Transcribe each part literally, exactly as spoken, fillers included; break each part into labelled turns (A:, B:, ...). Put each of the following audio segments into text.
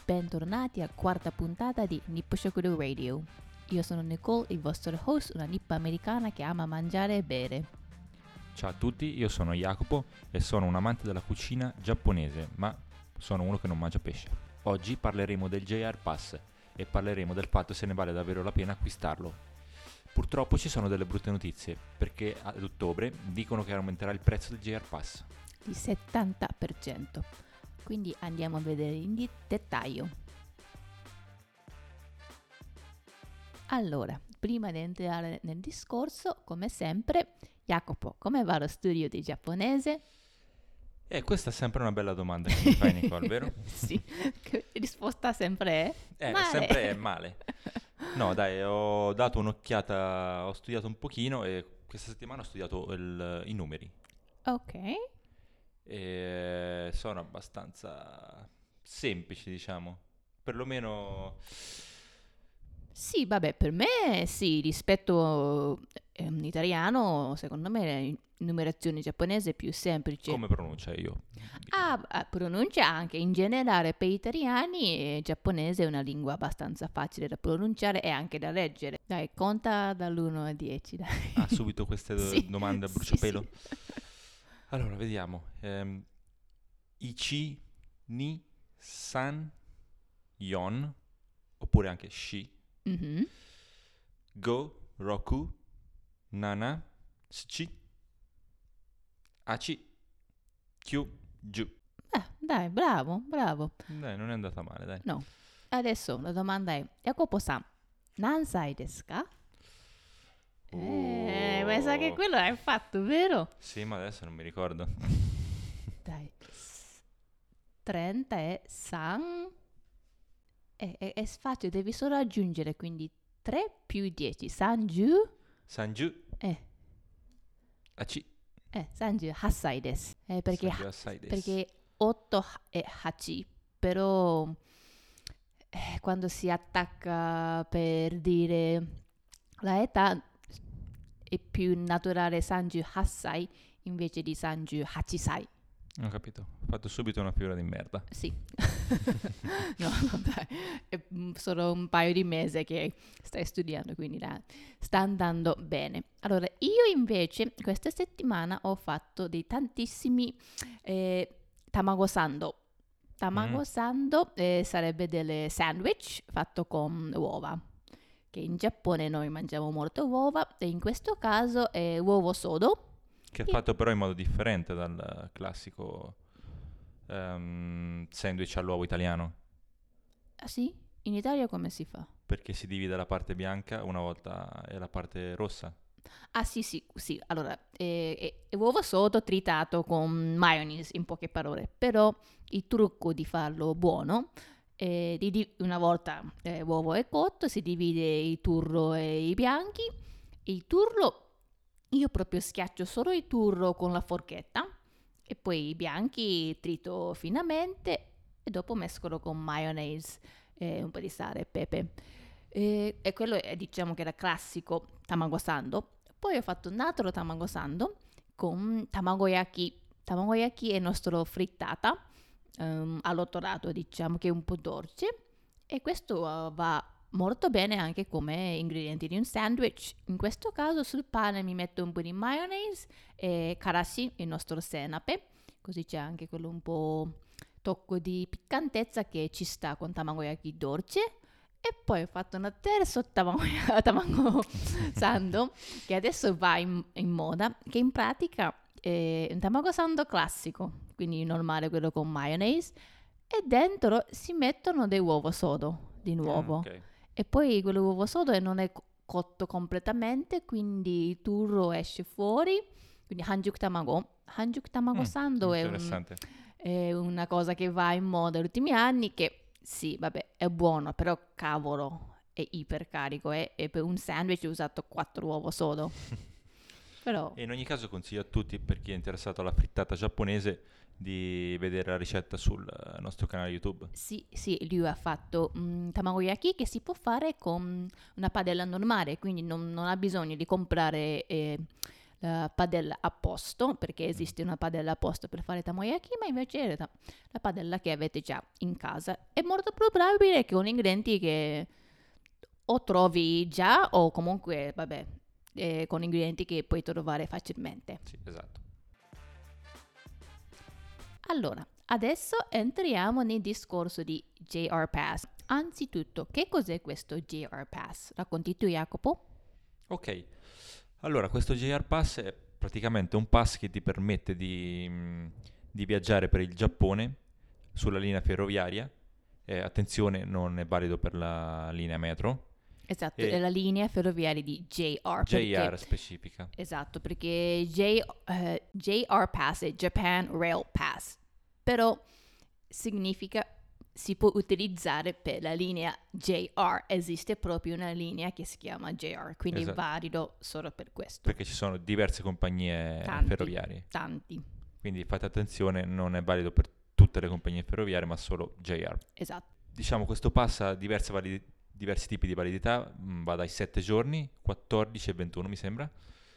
A: bentornati alla quarta puntata di Nipposhokudo Radio. Io sono Nicole, il vostro host, una nippa americana che ama mangiare e bere.
B: Ciao a tutti, io sono Jacopo e sono un amante della cucina giapponese, ma sono uno che non mangia pesce. Oggi parleremo del J R Pass e parleremo del fatto se ne vale davvero la pena acquistarlo. Purtroppo ci sono delle brutte notizie, perché ad ottobre dicono che aumenterà il prezzo del J R Pass.
A: Di settanta per cento. Quindi andiamo a vedere in di- dettaglio. Allora, prima di entrare nel discorso, come sempre, Jacopo, come va lo studio di giapponese?
B: E questa è sempre una bella domanda che mi fai, Nicole, vero?
A: Sì, che risposta sempre è
B: Eh,
A: male.
B: sempre è male. No, dai, ho dato un'occhiata, ho studiato un pochino e questa settimana ho studiato il- i numeri.
A: Ok.
B: E sono abbastanza semplici, diciamo. Perlomeno
A: Sì, vabbè, per me sì, rispetto a un italiano, secondo me la numerazione giapponese è più semplice.
B: come pronuncia io.
A: Ah, ah, pronuncia anche in generale per gli italiani, eh, giapponese è una lingua abbastanza facile da pronunciare e anche da leggere. Dai, conta dall'uno al dieci, dai.
B: Ah, subito queste do-
A: Sì,
B: domande a
A: sì,
B: bruciapelo.
A: sì.
B: Allora, vediamo. Ehm, Ichi, Ni, San, Yon, oppure anche Shi,
A: Mhm.
B: Go, Roku, Nana, Shichi, Achi, Kyu, Ju.
A: Ah, dai, bravo, bravo.
B: Dai, non è andata male, dai.
A: No, adesso la domanda è, Jacopo-san, nansai desu ka? Eh, mi sa che
B: Oh.
A: quello l'hai fatto, vero?
B: Sì, ma adesso non mi ricordo.
A: Dai, s- trenta è san. È, è, è facile, devi solo aggiungere, quindi tre più dieci. Sanju.
B: Sanju,
A: Eh,
B: Achi,
A: eh, sanju hassai desu. Eh, perché,
B: Sanju
A: ha-
B: assai desu.
A: perché otto è hachi, però eh, quando si attacca per dire la età è più naturale sanju hassai invece di sanju hachisai.
B: Ho capito, ho fatto subito una figura di merda.
A: Sì, no, no, dai, è mm, solo un paio di mesi che stai studiando, quindi dai, sta andando bene. Allora, io invece questa settimana ho fatto dei tantissimi eh, tamago sando. Tamago
B: Mm.
A: sando eh, sarebbe delle sandwich fatto con uova, che in Giappone noi mangiamo molto uova e in questo caso è uovo sodo.
B: Che è
A: Sì.
B: fatto però in modo differente dal classico ehm, sandwich all'uovo italiano,
A: Ah sì? In Italia come si fa?
B: perché si divide la parte bianca una volta e la parte rossa.
A: Ah sì, sì, sì. Allora, è, è- è uovo sodo tritato con mayonnaise, in poche parole. Però il trucco di farlo buono è di, di- una volta eh, l'uovo è cotto, si divide il turro e i bianchi. Il turro, io proprio schiaccio solo il turro con la forchetta e poi i bianchi trito finamente e dopo mescolo con mayonnaise e un po' di sale e pepe. E, e quello è, diciamo che era classico tamago sando. Poi ho fatto un altro tamago sando con tamagoyaki. Tamagoyaki è nostro frittata ehm, allottolato, diciamo che è un po' dolce e questo eh, va molto bene anche come ingredienti di un sandwich. In questo caso sul pane mi metto un po' di mayonnaise e karashi, il nostro senape, così c'è anche quello un po' tocco di piccantezza che ci sta con tamagoyaki dolce. E poi ho fatto un terzo tamago, tamago sando che adesso va in, in moda, che in pratica è un tamago sando classico, quindi normale quello con mayonnaise, e dentro si mettono dei uovo sodo di
B: Ah,
A: nuovo.
B: ok.
A: E poi quello uovo sodo non è co- cotto completamente, quindi il turro esce fuori, quindi hanjuk tamago. Hanjuk tamago
B: Mm,
A: sando è, un-
B: interessante.
A: è una cosa che va in moda negli ultimi anni, che sì, vabbè, è buono, però cavolo, è ipercarico, eh, e per un sandwich ho usato quattro uova sodo. Però
B: E in ogni caso consiglio a tutti, per chi è interessato alla frittata giapponese, di vedere la ricetta sul eh, nostro canale YouTube.
A: sì, sì, lui ha fatto un tamagoyaki che si può fare con una padella normale, quindi non, non ha bisogno di comprare eh, la padella a posto, perché esiste una padella a posto per fare takoyaki, ma invece è la, la padella che avete già in casa. È molto probabile che con ingredienti che o trovi già o comunque, vabbè, eh, con ingredienti che puoi trovare facilmente.
B: Sì, esatto.
A: Allora, adesso entriamo nel discorso di J R Pass. Anzitutto, che cos'è questo J R Pass? Racconti tu, Jacopo?
B: Ok, allora questo J R Pass è praticamente un pass che ti permette di, mh, di viaggiare per il Giappone sulla linea ferroviaria. Eh, attenzione, non è valido per la linea metro.
A: Esatto,
B: E
A: è la linea ferroviaria di J R.
B: J R
A: perché,
B: specifica.
A: esatto, perché J, eh, J R Pass è Japan Rail Pass, però significa si può utilizzare per la linea J R. Esiste proprio una linea che si chiama J R, quindi
B: Esatto.
A: è valido solo per questo.
B: Perché ci sono diverse compagnie
A: Tanti.
B: ferroviarie.
A: Tanti,
B: Quindi fate attenzione, non è valido per tutte le compagnie ferroviarie, ma solo J R.
A: esatto.
B: Diciamo questo pass ha diverse validi- diversi tipi di validità, mh, va dai sette giorni, quattordici e ventuno mi sembra,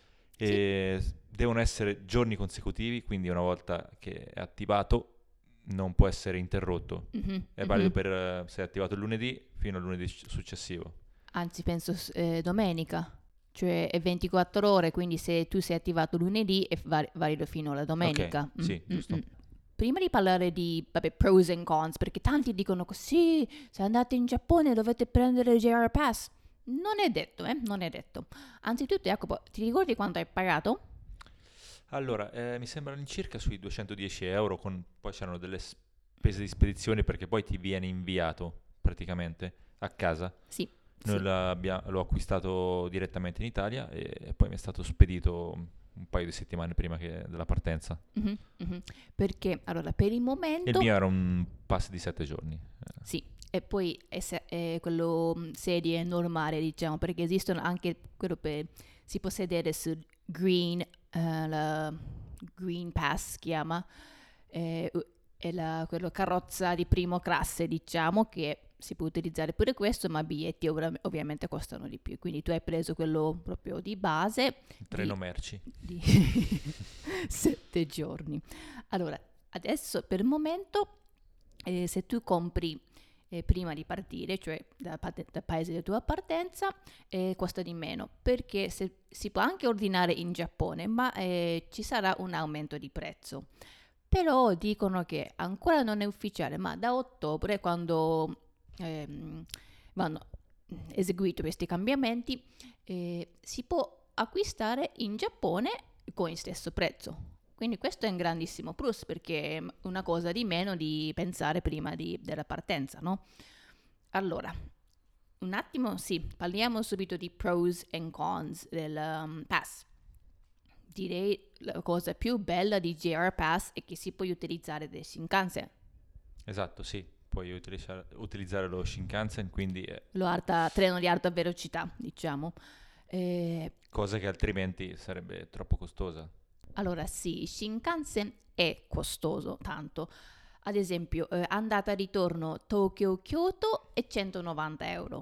B: e s- devono essere giorni consecutivi, quindi una volta che è attivato non può essere interrotto.
A: Mhm,
B: È valido
A: mhm.
B: per eh, se è attivato il lunedì fino al lunedì s- successivo.
A: Anzi, penso s- eh, domenica, cioè è ventiquattro ore, quindi se tu sei attivato lunedì è va- valido fino alla domenica.
B: Ok, sì,
A: Mm, mm,
B: giusto.
A: mm. Prima di parlare di vabbè, pros and cons, perché tanti dicono così, se andate in Giappone dovete prendere il J R Pass. Non è detto, eh, non è detto. Anzitutto, Jacopo, ti ricordi quanto hai pagato?
B: Allora, eh, mi sembra all'incirca sui duecentodieci euro, con, poi c'erano delle spese di spedizione perché poi ti viene inviato praticamente a casa.
A: Sì.
B: Noi
A: sì.
B: l'abbia- l'ho acquistato direttamente in Italia e poi mi è stato spedito un paio di settimane prima che- della partenza.
A: Mhm, mhm. Perché, allora, per il
B: E il
A: momento...
B: mio era un pass di sette giorni. Eh,
A: Sì, e poi è, se- è quello mh, serie normale, diciamo, perché esistono anche quello per si può sedere sul green, eh, la green pass si chiama, eh, u- è la quello carrozza di primo classe, diciamo, che si può utilizzare pure questo, ma i biglietti ovra- ovviamente costano di più. Quindi tu hai preso quello proprio di base
B: il treno
A: di,
B: merci.
A: di sette giorni. Allora, adesso per il momento, eh, se tu compri eh, prima di partire, cioè dal, pa- dal paese di tua partenza, eh, costa di meno, perché se- si può anche ordinare in Giappone, ma eh, ci sarà un aumento di prezzo. Però dicono che ancora non è ufficiale, ma da ottobre, quando ehm, vanno eseguiti questi cambiamenti, eh, si può acquistare in Giappone con il stesso prezzo. Quindi questo è un grandissimo plus perché è una cosa di meno di pensare prima di- della partenza, no? Allora, un attimo, sì, parliamo subito di pros and cons del um, pass. Direi la cosa più bella di J R Pass è che si può utilizzare del Shinkansen,
B: Esatto, sì. Puoi utilizzare, utilizzare lo Shinkansen, quindi è
A: lo alta, treno di alta velocità, diciamo. Eh,
B: cosa che altrimenti sarebbe troppo costosa.
A: allora sì, Shinkansen è costoso tanto. Ad esempio, eh, andata e ritorno Tokyo-Kyoto è centonovanta euro.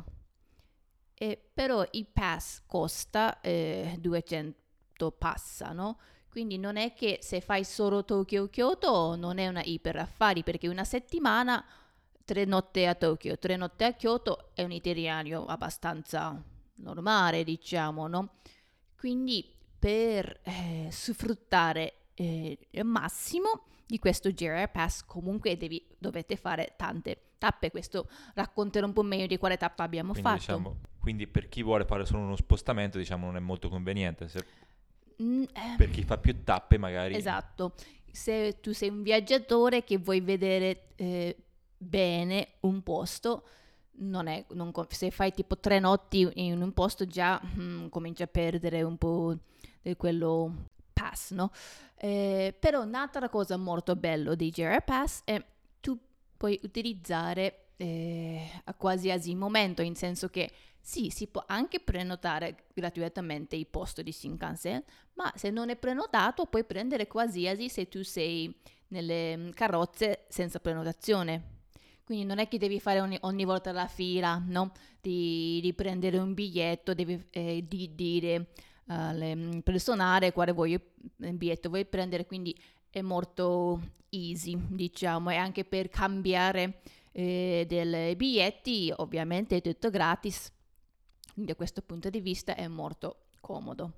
A: E però il pass costa eh, duecento passa, no? Quindi non è che se fai solo Tokyo-Kyoto non è una iperaffari, perché una settimana, tre notti a Tokyo, tre notti a Kyoto è un itinerario abbastanza normale, diciamo, no? Quindi per eh, sfruttare eh, il massimo di questo J R Pass comunque devi, dovete fare tante tappe. Questo racconterò un po' meglio di quale tappa abbiamo
B: Quindi,
A: fatto.
B: diciamo, quindi per chi vuole fare solo uno spostamento, diciamo, non è molto conveniente. Se-
A: Mm, eh,
B: per chi fa più tappe, magari.
A: Esatto, se tu sei un viaggiatore che vuoi vedere eh, bene un posto, non è, non co- se fai tipo tre notti in un posto già mm, cominci a perdere un po' di quello pass, no? Eh, però un'altra cosa molto bella di J R Pass è tu puoi utilizzare eh, a qualsiasi momento, in senso che sì, si può anche prenotare gratuitamente il posto di Shinkansen, ma se non è prenotato puoi prendere qualsiasi se tu sei nelle mm, carrozze senza prenotazione. Quindi non è che devi fare ogni, ogni volta la fila, no? Di, di prendere un biglietto, devi eh, di dire uh, le, personale quale voglio, il biglietto voglio prendere, quindi è molto easy, diciamo, e anche per cambiare eh, dei biglietti ovviamente è tutto gratis, quindi da questo punto di vista è molto comodo.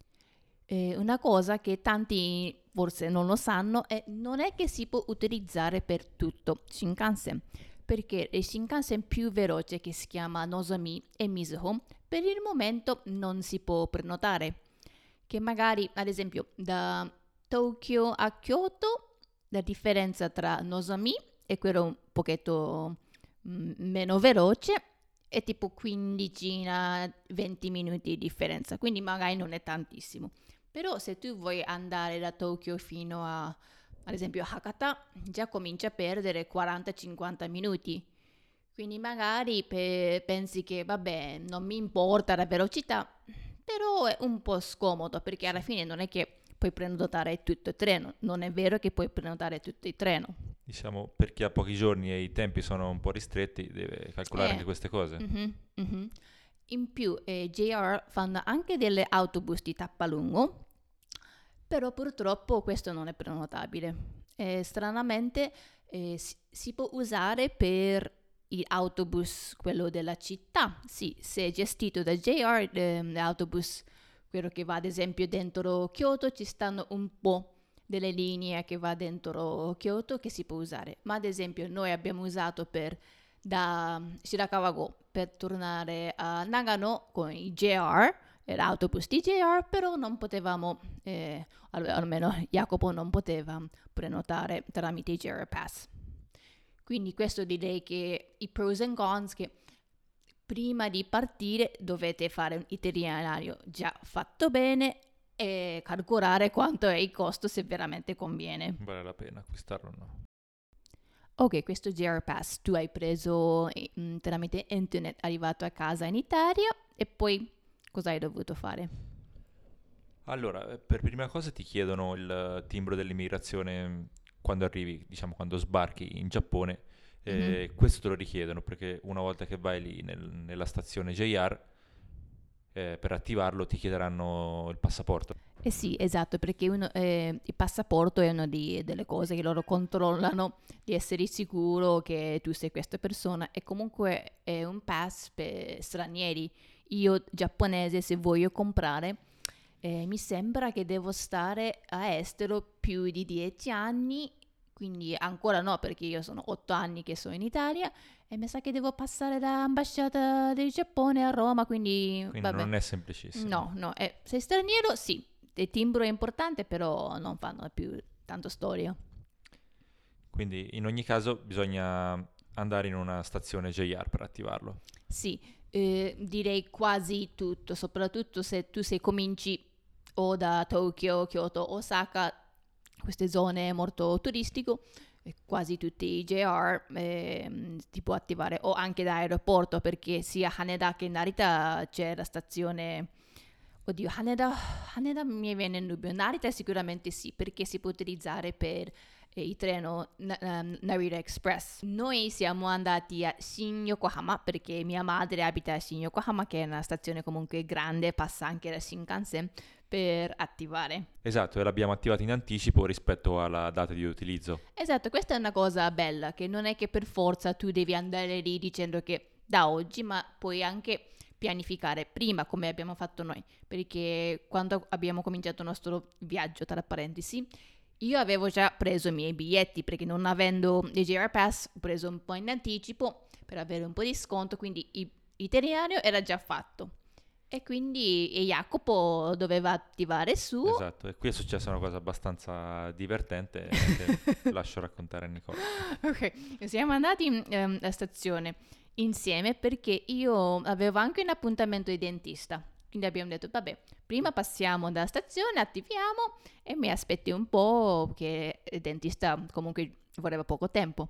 A: Eh, una cosa che tanti forse non lo sanno è non è che si può utilizzare per tutto Shinkansen, perché il Shinkansen più veloce, che si chiama Nozomi e Mizuho, per il momento non si può prenotare, che magari ad esempio da Tokyo a Kyoto la differenza tra Nozomi e quello un pochetto mh, meno veloce è tipo quindici venti minuti di differenza, quindi magari non è tantissimo. Però se tu vuoi andare da Tokyo fino a, ad esempio, Hakata, già comincia a perdere quaranta cinquanta minuti. Quindi magari pe- pensi che, vabbè, non mi importa la velocità, però è un po' scomodo perché alla fine non è che puoi prenotare tutto il treno, non è vero che puoi prenotare tutto il treno.
B: Diciamo, per chi ha pochi giorni e i tempi sono un po' ristretti, deve calcolare
A: Eh,
B: anche queste cose.
A: mhm, mhm. In più eh, J R fanno anche delle autobus di tappalungo, però purtroppo questo non è prenotabile. Eh, stranamente eh, si, si può usare per l'autobus, quello della città. Sì, se è gestito da J R, eh, l'autobus, quello che va ad esempio dentro Kyoto, ci stanno un po' delle linee che va dentro Kyoto che si può usare. Ma ad esempio noi abbiamo usato per da Shirakawa-go per tornare a Nagano con i J R, l'autobus di J R, però non potevamo, eh, almeno Jacopo non poteva prenotare tramite J R Pass. Quindi questo direi che i pros and cons, che prima di partire dovete fare un itinerario già fatto bene e calcolare quanto è il costo, se veramente conviene.
B: Vale la pena acquistarlo o no?
A: Ok, questo J R Pass tu hai preso eh, tramite internet, arrivato a casa in Italia e poi cosa hai dovuto fare?
B: Allora, eh, per prima cosa ti chiedono il timbro dell'immigrazione mh, quando arrivi, diciamo quando sbarchi in Giappone. Eh,
A: Mhm.
B: questo te lo richiedono perché una volta che vai lì nel- nella stazione J R, eh, per attivarlo ti chiederanno il passaporto.
A: Eh sì, esatto, perché uno, eh, il passaporto è una di- delle cose che loro controllano, di essere sicuro che tu sei questa persona, e comunque è un pass per stranieri. Io giapponese, se voglio comprare, eh, mi sembra che devo stare a estero più di dieci anni, quindi ancora no, perché io sono otto anni che sono in Italia e mi sa che devo passare dall'ambasciata del Giappone a Roma, quindi
B: Quindi
A: vabbè.
B: non è semplicissimo.
A: No, no, eh, sei straniero, sì, il timbro è importante, però non fanno più tanto storia.
B: Quindi in ogni caso bisogna andare in una stazione J R per attivarlo.
A: Sì, eh, direi quasi tutto, soprattutto se tu se cominci o da Tokyo, Kyoto, Osaka, queste zone molto turistiche, eh, quasi tutti i J R ehm, ti può attivare, o anche da aeroporto, perché sia a Haneda che in Narita c'è la stazione. Oddio, Haneda, Haneda mi viene in dubbio. Narita sicuramente sì, perché si può utilizzare per eh, il treno Na- um, Narita Express. Noi siamo andati a Shin Yokohama perché mia madre abita a Shin Yokohama, che è una stazione comunque grande, passa anche la Shinkansen, per attivare.
B: Esatto, e l'abbiamo attivato in anticipo rispetto alla data di utilizzo.
A: Esatto, questa è una cosa bella, che non è che per forza tu devi andare lì dicendo che da oggi, ma puoi anche pianificare prima, come abbiamo fatto noi, perché quando abbiamo cominciato il nostro viaggio, tra parentesi, io avevo già preso i miei biglietti, perché non avendo il J R Pass ho preso un po' in anticipo per avere un po' di sconto, quindi il itinerario era già fatto. E quindi Jacopo doveva attivare il suo.
B: Esatto, e qui è successa una cosa abbastanza divertente che lascio raccontare a Nicola.
A: Ok, siamo andati in ehm, alla stazione insieme perché io avevo anche un appuntamento di dentista. Quindi abbiamo detto, vabbè, prima passiamo dalla stazione, attiviamo e mi aspetti un po' che il dentista comunque voleva poco tempo.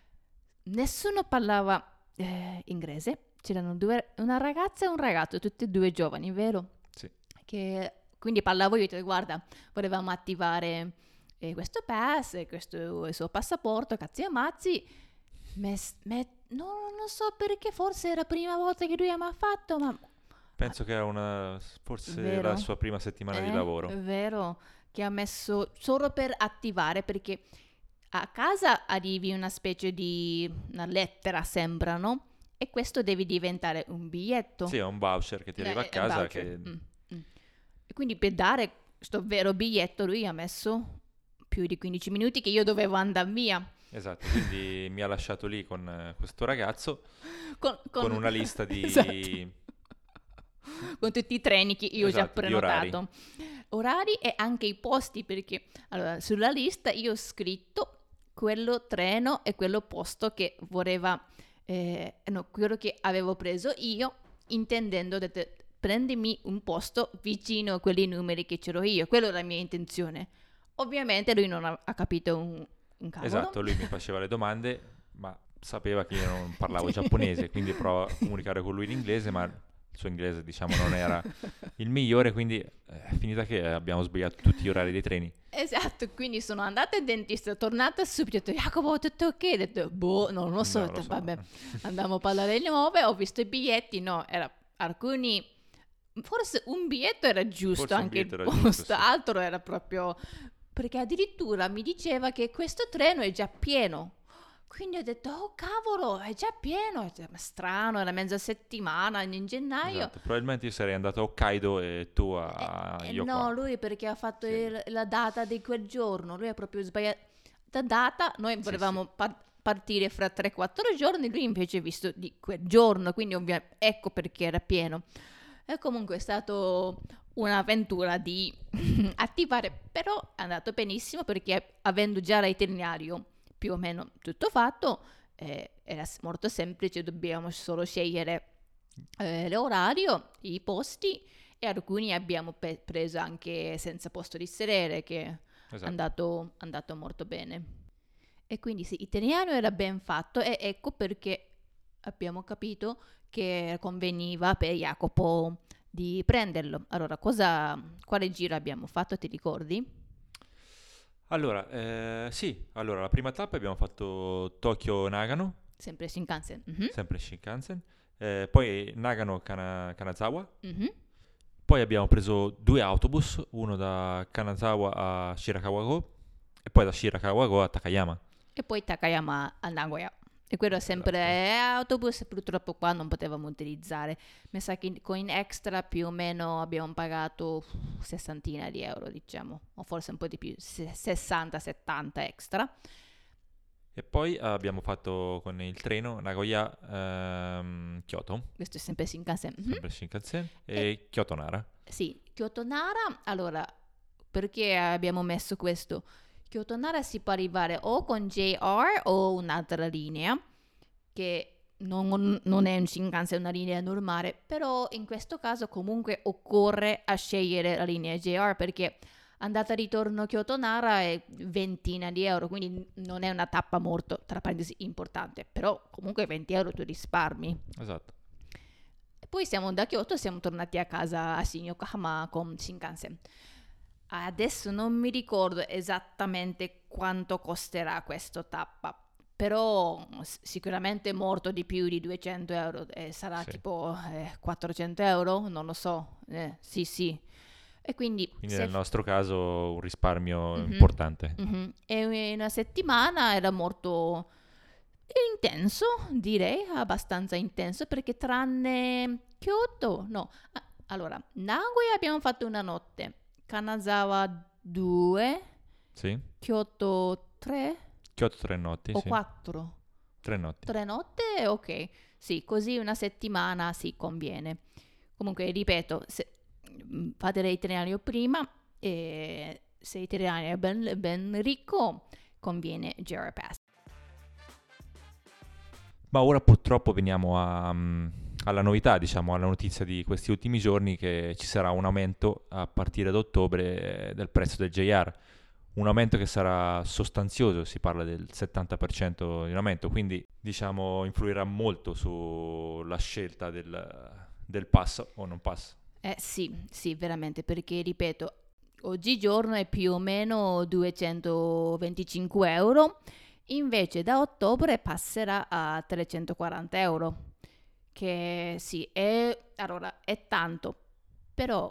A: Nessuno parlava eh, inglese, c'erano due, una ragazza e un ragazzo, tutti e due giovani, vero?
B: Sì.
A: Che, quindi parlavo io, ho detto, guarda, volevamo attivare eh, questo pass, eh, questo il suo passaporto, cazzi e mazzi. Me, me, no, non so perché, forse era la prima volta che lui mi ha fatto, ma
B: Penso che era una, forse
A: Vero?
B: la sua prima settimana di
A: Eh,
B: lavoro.
A: è vero che ha messo solo per attivare, perché a casa arrivi una specie di una lettera, sembra, no? E questo deve diventare un biglietto.
B: Sì, è un voucher che ti arriva a
A: Eh, è
B: casa
A: voucher.
B: che...
A: Mm, mm. E quindi per dare questo vero biglietto lui ha messo più di quindici minuti che io dovevo andare via.
B: Esatto, quindi mi ha lasciato lì con eh, questo ragazzo
A: Con,
B: con
A: con-
B: una lista
A: Esatto.
B: di...
A: Con tutti i treni che io ho già
B: Esatto, di orari.
A: prenotato. Orari e anche i posti, perché allora, sulla lista io ho scritto quello treno e quello posto che voleva, eh, no, quello che avevo preso io, intendendo, ho detto, prendimi un posto vicino a quelli numeri che c'ero io, quella era la mia intenzione. Ovviamente lui non ha, ha capito un, un cavolo.
B: Esatto, lui mi faceva le domande, ma sapeva che io non parlavo giapponese, quindi provavo a comunicare con lui in inglese, ma il suo inglese, diciamo, non era il migliore, quindi eh, è finita che abbiamo sbagliato tutti gli orari dei treni.
A: Esatto, quindi sono andata al dentista, tornata subito, ho detto, Jacopo, tutto ok? Ho detto, boh, non lo so,
B: No,
A: ho
B: lo
A: detto,
B: so.
A: vabbè, andiamo a parlare di nuove, ho visto i biglietti, no, era alcuni, forse un biglietto era giusto,
B: Forse un
A: anche il
B: biglietto era
A: posto,
B: giusto, sì.
A: altro era proprio, perché addirittura mi diceva che questo treno è già pieno. Quindi ho detto, oh cavolo, è già pieno. Ho detto, ma strano, era mezza settimana in gennaio.
B: Esatto, probabilmente io sarei andato a Hokkaido e tu a
A: Eh, eh,
B: Yokohama.
A: no, lui perché ha fatto
B: Sì.
A: il- la data di quel giorno, lui ha proprio sbagliato la data, noi volevamo par- partire fra tre quattro giorni, lui invece ha visto di quel giorno, quindi ovvia- ecco perché era pieno. E comunque è stato un'avventura di attivare, però è andato benissimo perché avendo già l'itinerario più o meno tutto fatto, eh, era s- molto semplice, dobbiamo solo scegliere eh, l'orario, i posti e alcuni abbiamo pe- preso anche senza posto di sedere che è
B: Esatto.
A: andato, andato molto bene. E quindi sì, l'itinerario era ben fatto e ecco perché abbiamo capito che conveniva per Jacopo di prenderlo. Allora, cosa, quale giro abbiamo fatto, ti ricordi?
B: Allora, eh, sì, allora la prima tappa abbiamo fatto Tokyo-Nagano,
A: Sempre Shinkansen. Mhm,
B: sempre Shinkansen, eh, poi Nagano-Kanazawa,
A: mhm.
B: poi abbiamo preso due autobus, uno da Kanazawa a Shirakawa-go e poi da Shirakawa-go a Takayama.
A: E poi Takayama a Nagoya. E quello sempre
B: Esatto.
A: è autobus, purtroppo qua non potevamo utilizzare. Mi sa che con in extra più o meno abbiamo pagato uff, sessantina di euro, diciamo, o forse un po' di più, se- sessanta settanta extra.
B: E poi abbiamo fatto con il treno Nagoya-Kyoto,
A: Questo è sempre Shinkansen. Mhm.
B: sempre Shinkansen,
A: E
B: e Kyoto-Nara.
A: sì, Kyoto-Nara, allora, perché abbiamo messo questo? Kyoto-Nara si può arrivare o con J R o un'altra linea, che non, non è un Shinkansen, è una linea normale, però in questo caso comunque occorre a scegliere la linea J R perché andata e ritorno Kyoto-Nara è ventina di euro, quindi non è una tappa molto, tra parentesi, importante, però comunque venti euro tu risparmi.
B: Esatto.
A: E poi siamo da Kyoto, siamo tornati a casa a Yokohama con Shinkansen. Adesso non mi ricordo esattamente quanto costerà questa tappa, però s- sicuramente molto di più di duecento euro, eh, sarà
B: Sì.
A: tipo eh, quattrocento euro, non lo so, eh, sì sì. E quindi,
B: Quindi
A: se
B: nel nostro caso un risparmio
A: Mhm,
B: importante.
A: mhm. E una settimana era molto intenso, direi, abbastanza intenso, perché tranne Kyoto, no, ah, allora, Nagoya abbiamo fatto una notte, Kanazawa due,
B: Sì?
A: Kyoto tre
B: Kyoto tre notti,
A: o
B: sì.
A: quattro?
B: Tre notti.
A: Tre notte? Ok, sì, così una settimana si conviene. Comunque, ripeto, se, mm, fate l'itinerario prima e se l'itinerario è ben, ben ricco, conviene J R Pass.
B: Ma ora purtroppo veniamo a, mm, alla novità, diciamo, alla notizia di questi ultimi giorni che ci sarà un aumento a partire da ottobre eh, del prezzo del J R. Un aumento che sarà sostanzioso, si parla del settanta per cento di un aumento, quindi diciamo influirà molto sulla scelta del, del pass o non pass.
A: Eh sì, sì, veramente, perché ripeto, oggigiorno è più o meno duecentoventicinque euro, invece da ottobre passerà a trecentoquaranta euro, che sì, è, allora, è tanto, però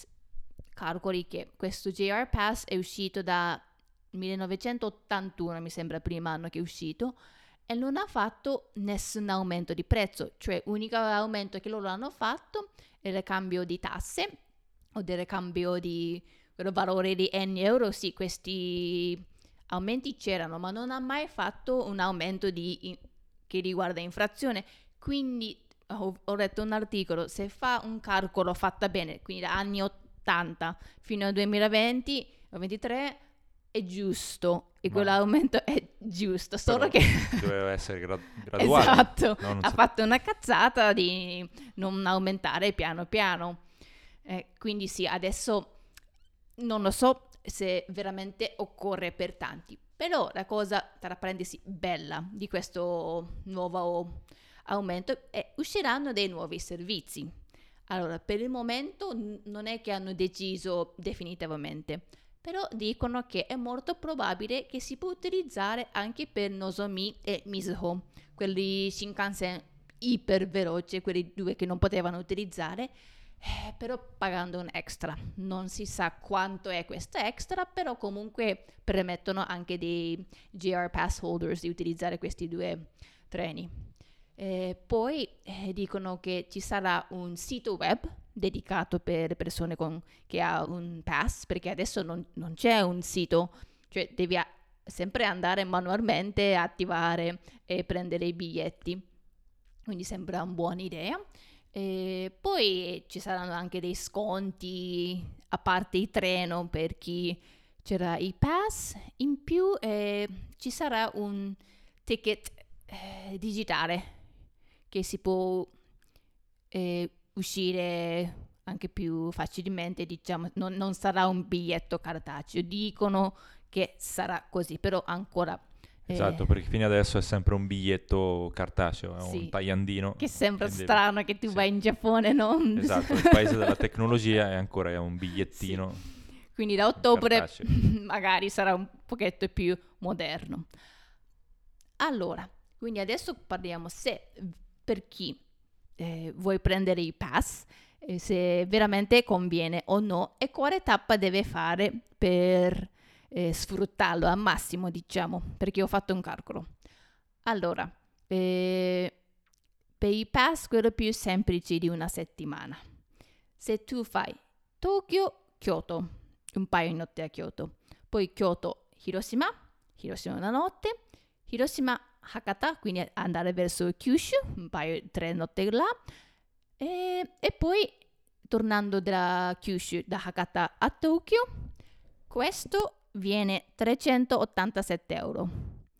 A: calcoli che questo J R Pass è uscito da millenovecentottantuno, mi sembra il primo anno che è uscito, e non ha fatto nessun aumento di prezzo, cioè l'unico aumento che loro hanno fatto è il cambio di tasse o del cambio di quello valore di N euro, sì, questi aumenti c'erano, ma non ha mai fatto un aumento di, in, che riguarda inflazione, quindi ho, ho letto un articolo, se fa un calcolo fatta bene, quindi da anni ottanta fino al duemilaventi o ventitré, è giusto e quell'aumento è giusto, solo che
B: doveva essere gra- graduale.
A: Esatto,
B: no, non
A: ha
B: so.
A: fatto una cazzata di non aumentare piano piano. Eh, quindi sì, adesso non lo so se veramente occorre per tanti, però la cosa, tra parentesi, bella di questo nuovo aumento è usciranno dei nuovi servizi. Allora, per il momento n- non è che hanno deciso definitivamente, però dicono che è molto probabile che si può utilizzare anche per Nozomi e Mizuho, quelli Shinkansen iper veloci, quelli due che non potevano utilizzare, eh, però pagando un extra. Non si sa quanto è questo extra, però comunque permettono anche dei J R Pass holders di utilizzare questi due treni. Eh, poi eh, dicono che ci sarà un sito web dedicato per persone con, che ha un pass, perché adesso non, non c'è un sito, cioè devi a- sempre andare manualmente, attivare e prendere i biglietti, quindi sembra una buona idea. E poi ci saranno anche dei sconti a parte il treno per chi c'era i pass, in più eh, ci sarà un ticket eh, digitale che si può eh, uscire anche più facilmente, diciamo, non, non sarà un biglietto cartaceo, dicono che sarà così, però ancora...
B: Esatto,
A: eh,
B: perché fino adesso è sempre un biglietto cartaceo, è
A: sì,
B: un tagliandino.
A: che sembra
B: e deve-
A: strano che tu
B: sì.
A: vai in Giappone, no?
B: Esatto, il paese della tecnologia è ancora è un bigliettino.
A: Sì. Quindi da ottobre
B: cartaceo.
A: magari sarà un pochetto più moderno. Allora, quindi adesso parliamo se per chi eh, vuoi prendere i pass, eh, se veramente conviene o no e quale tappa deve fare per eh, sfruttarlo al massimo, diciamo, perché ho fatto un calcolo. Allora, eh, per i pass quello più semplice di una settimana. Se tu fai Tokyo, Kyoto, un paio di notti a Kyoto, poi Kyoto, Hiroshima, Hiroshima una notte, Hiroshima, Hakata, quindi andare verso Kyushu, un paio, tre notti là, e, e poi tornando da Kyushu, da Hakata a Tokyo, questo viene trecentottantasette euro.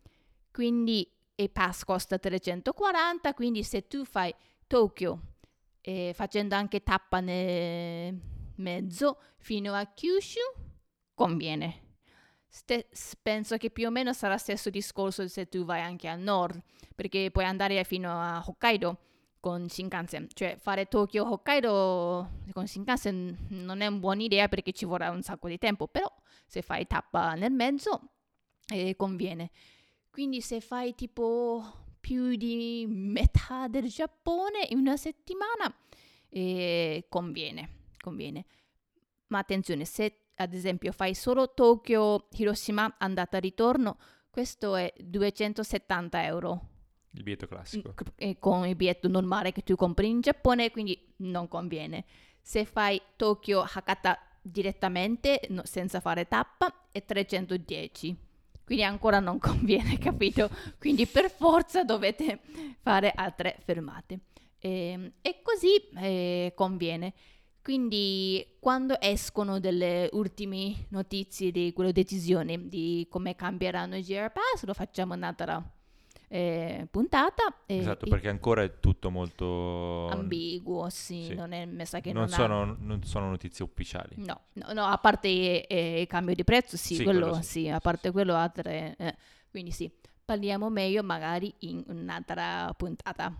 A: Quindi il pass costa trecentoquaranta, quindi se tu fai Tokyo e facendo anche tappa nel mezzo fino a Kyushu, conviene. Ste- penso che più o meno sarà lo stesso discorso se tu vai anche al nord, perché puoi andare fino a Hokkaido con Shinkansen, cioè fare Tokyo-Hokkaido con Shinkansen non è una buona idea perché ci vorrà un sacco di tempo, però se fai tappa nel mezzo eh, conviene. Quindi se fai tipo più di metà del Giappone in una settimana, eh, conviene, conviene. Ma attenzione, se ad esempio fai solo Tokyo, Hiroshima, andata e ritorno, questo è duecentosettanta euro.
B: Il biglietto classico.
A: E con il biglietto normale che tu compri in Giappone, quindi non conviene. Se fai Tokyo Hakata direttamente, no, senza fare tappa, è trecentodieci. Quindi ancora non conviene, capito? Quindi per forza dovete fare altre fermate. E, e così eh, conviene. Quindi quando escono delle ultime notizie di quelle decisioni di come cambieranno i J R Pass, lo facciamo un'altra eh, puntata. Eh,
B: Esatto,
A: e-
B: perché ancora è tutto molto
A: ambiguo, sì,
B: sì.
A: non è, mi sa che
B: non,
A: non,
B: sono,
A: ha...
B: non sono notizie ufficiali.
A: No, no, no, a parte eh, il cambio di prezzo, sì,
B: Sì,
A: quello,
B: quello
A: sì.
B: sì,
A: a
B: sì,
A: parte
B: sì.
A: quello altre... eh, quindi sì, parliamo meglio magari in un'altra puntata.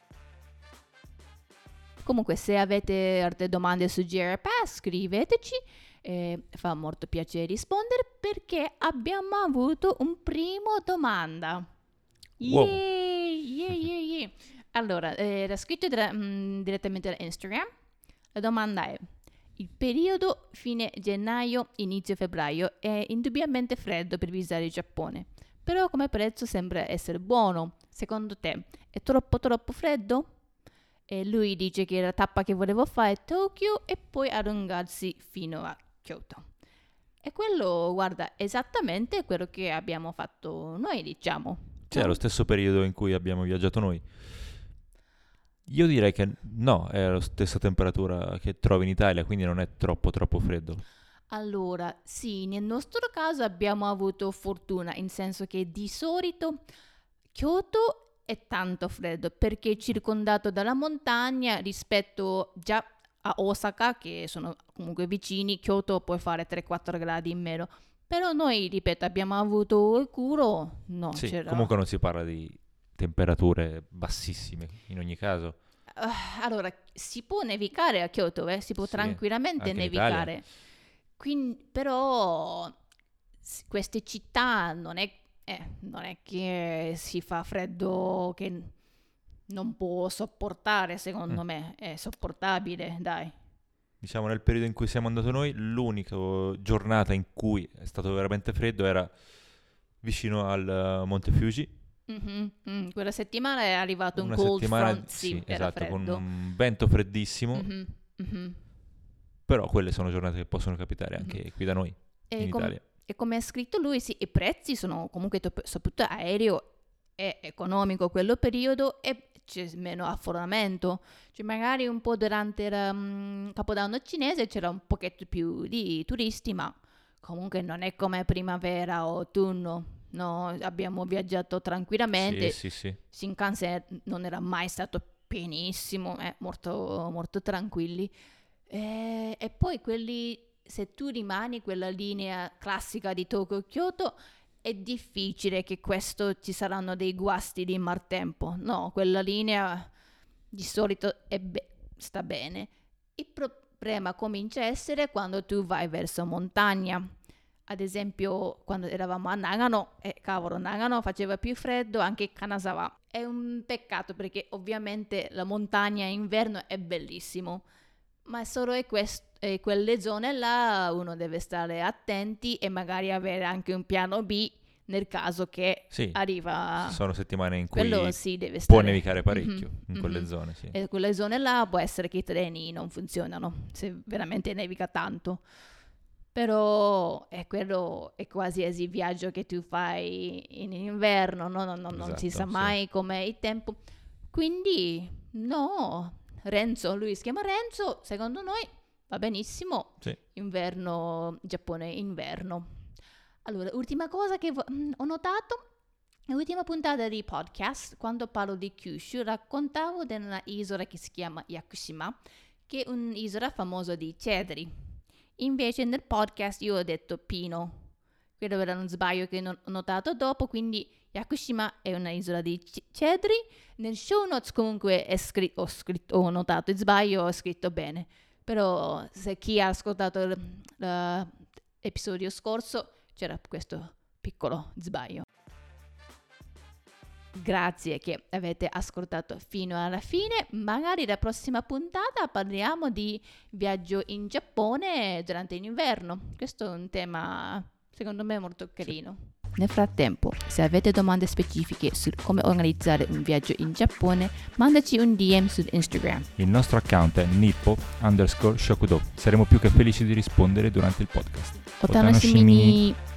A: Comunque, se avete altre domande su J R Pass, scriveteci, eh, fa molto piacere rispondere perché abbiamo avuto un primo domanda.
B: Wow.
A: Yeah, yeah, yeah, yeah. Allora, era scritto dire- mh, direttamente da Instagram. La domanda è: il periodo fine gennaio, inizio febbraio è indubbiamente freddo per visitare il Giappone, però come prezzo sembra essere buono. Secondo te è troppo troppo freddo? E lui dice che la tappa che volevo fare è Tokyo e poi allungarsi fino a Kyoto. E quello, guarda, esattamente quello che abbiamo fatto noi, diciamo.
B: Sì, è lo stesso periodo in cui abbiamo viaggiato noi. Io direi che no, è la stessa temperatura che trovi in Italia, quindi non è troppo troppo freddo.
A: Allora, sì, nel nostro caso abbiamo avuto fortuna, in senso che di solito Kyoto è tanto freddo perché è circondato dalla montagna rispetto già a Osaka, che sono comunque vicini. Kyoto puoi fare tre quattro gradi in meno. Però noi, ripeto, abbiamo avuto il culo, no,
B: Sì,
A: c'era...
B: comunque non si parla di temperature bassissime in ogni caso.
A: Uh, allora, si può nevicare a Kyoto, eh? Si può
B: Sì,
A: tranquillamente
B: anche in
A: nevicare. Quindi, però s- queste città non è, eh, non è che si fa freddo che non può sopportare, secondo
B: Mm.
A: me. È sopportabile, dai.
B: Diciamo nel periodo in cui siamo andati noi, l'unica giornata in cui è stato veramente freddo era vicino al eh, Monte Fuji.
A: Mhm, mm. Quella settimana è arrivato un
B: Una
A: cold
B: settimana,
A: front, sì,
B: sì,
A: era
B: esatto, con
A: freddo.
B: un vento freddissimo,
A: Mhm, mhm,
B: però quelle sono giornate che possono capitare
A: mhm.
B: anche qui da noi,
A: E,
B: in
A: com-
B: Italia.
A: e come ha scritto lui, sì, i prezzi sono comunque, top- soprattutto aereo, è economico quello periodo e c'è meno affollamento. Cioè magari un po' durante il mm, Capodanno cinese c'era un pochetto più di turisti, ma comunque non è come primavera o autunno. No, abbiamo viaggiato
B: Sì,
A: tranquillamente.
B: sì, sì.
A: Shinkansen non era mai stato pienissimo, eh, molto, molto tranquilli. Eh, e poi quelli, se tu rimani quella linea classica di Tokyo-Kyoto, è difficile che questo ci saranno dei guasti di maltempo. No, quella linea di solito è be- sta bene. Il problema comincia a essere quando tu vai verso montagna. Ad esempio, quando eravamo a Nagano, e cavolo, Nagano faceva più freddo, anche Kanazawa. È un peccato perché ovviamente la montagna in inverno è bellissimo, ma solo in quest- eh, quelle zone là uno deve stare attenti e magari avere anche un piano B nel caso che
B: Sì,
A: arriva...
B: ci sono settimane in
A: Quello
B: cui
A: sì, deve
B: può
A: stare...
B: nevicare parecchio
A: Mhm,
B: in quelle
A: mhm.
B: zone, sì.
A: E quelle zone là può essere che i treni non funzionano, se veramente nevica tanto. Però è quello è quasi il viaggio che tu fai in inverno, no? No, no, non si sa
B: Esatto, sì.
A: mai com'è il tempo. Quindi, no, Renzo, lui si chiama Renzo, secondo noi va benissimo,
B: Sì.
A: inverno, Giappone inverno. Allora, ultima cosa che vo- mm, ho notato, l'ultima puntata di podcast, quando parlo di Kyushu, raccontavo di una isola che si chiama Yakushima, che è un'isola famosa di cedri. Invece nel podcast io ho detto Pino. Quello era uno sbaglio che non- ho notato dopo, quindi Yakushima è una isola di c- cedri. Nel show notes comunque è scritto, ho, scritto, ho notato il sbaglio, ho scritto bene. Però se chi ha ascoltato l- l'episodio scorso c'era questo piccolo sbaglio. Grazie che avete ascoltato fino alla fine. Magari la prossima puntata parliamo di viaggio in Giappone durante l'inverno. Questo è un tema secondo me molto carino. Nel frattempo, se avete domande specifiche su come organizzare un viaggio in Giappone, mandaci un D M su Instagram.
B: Il nostro account è nippo underscore shokudo. Saremo più che felici di rispondere durante il podcast.
A: Otanashimi.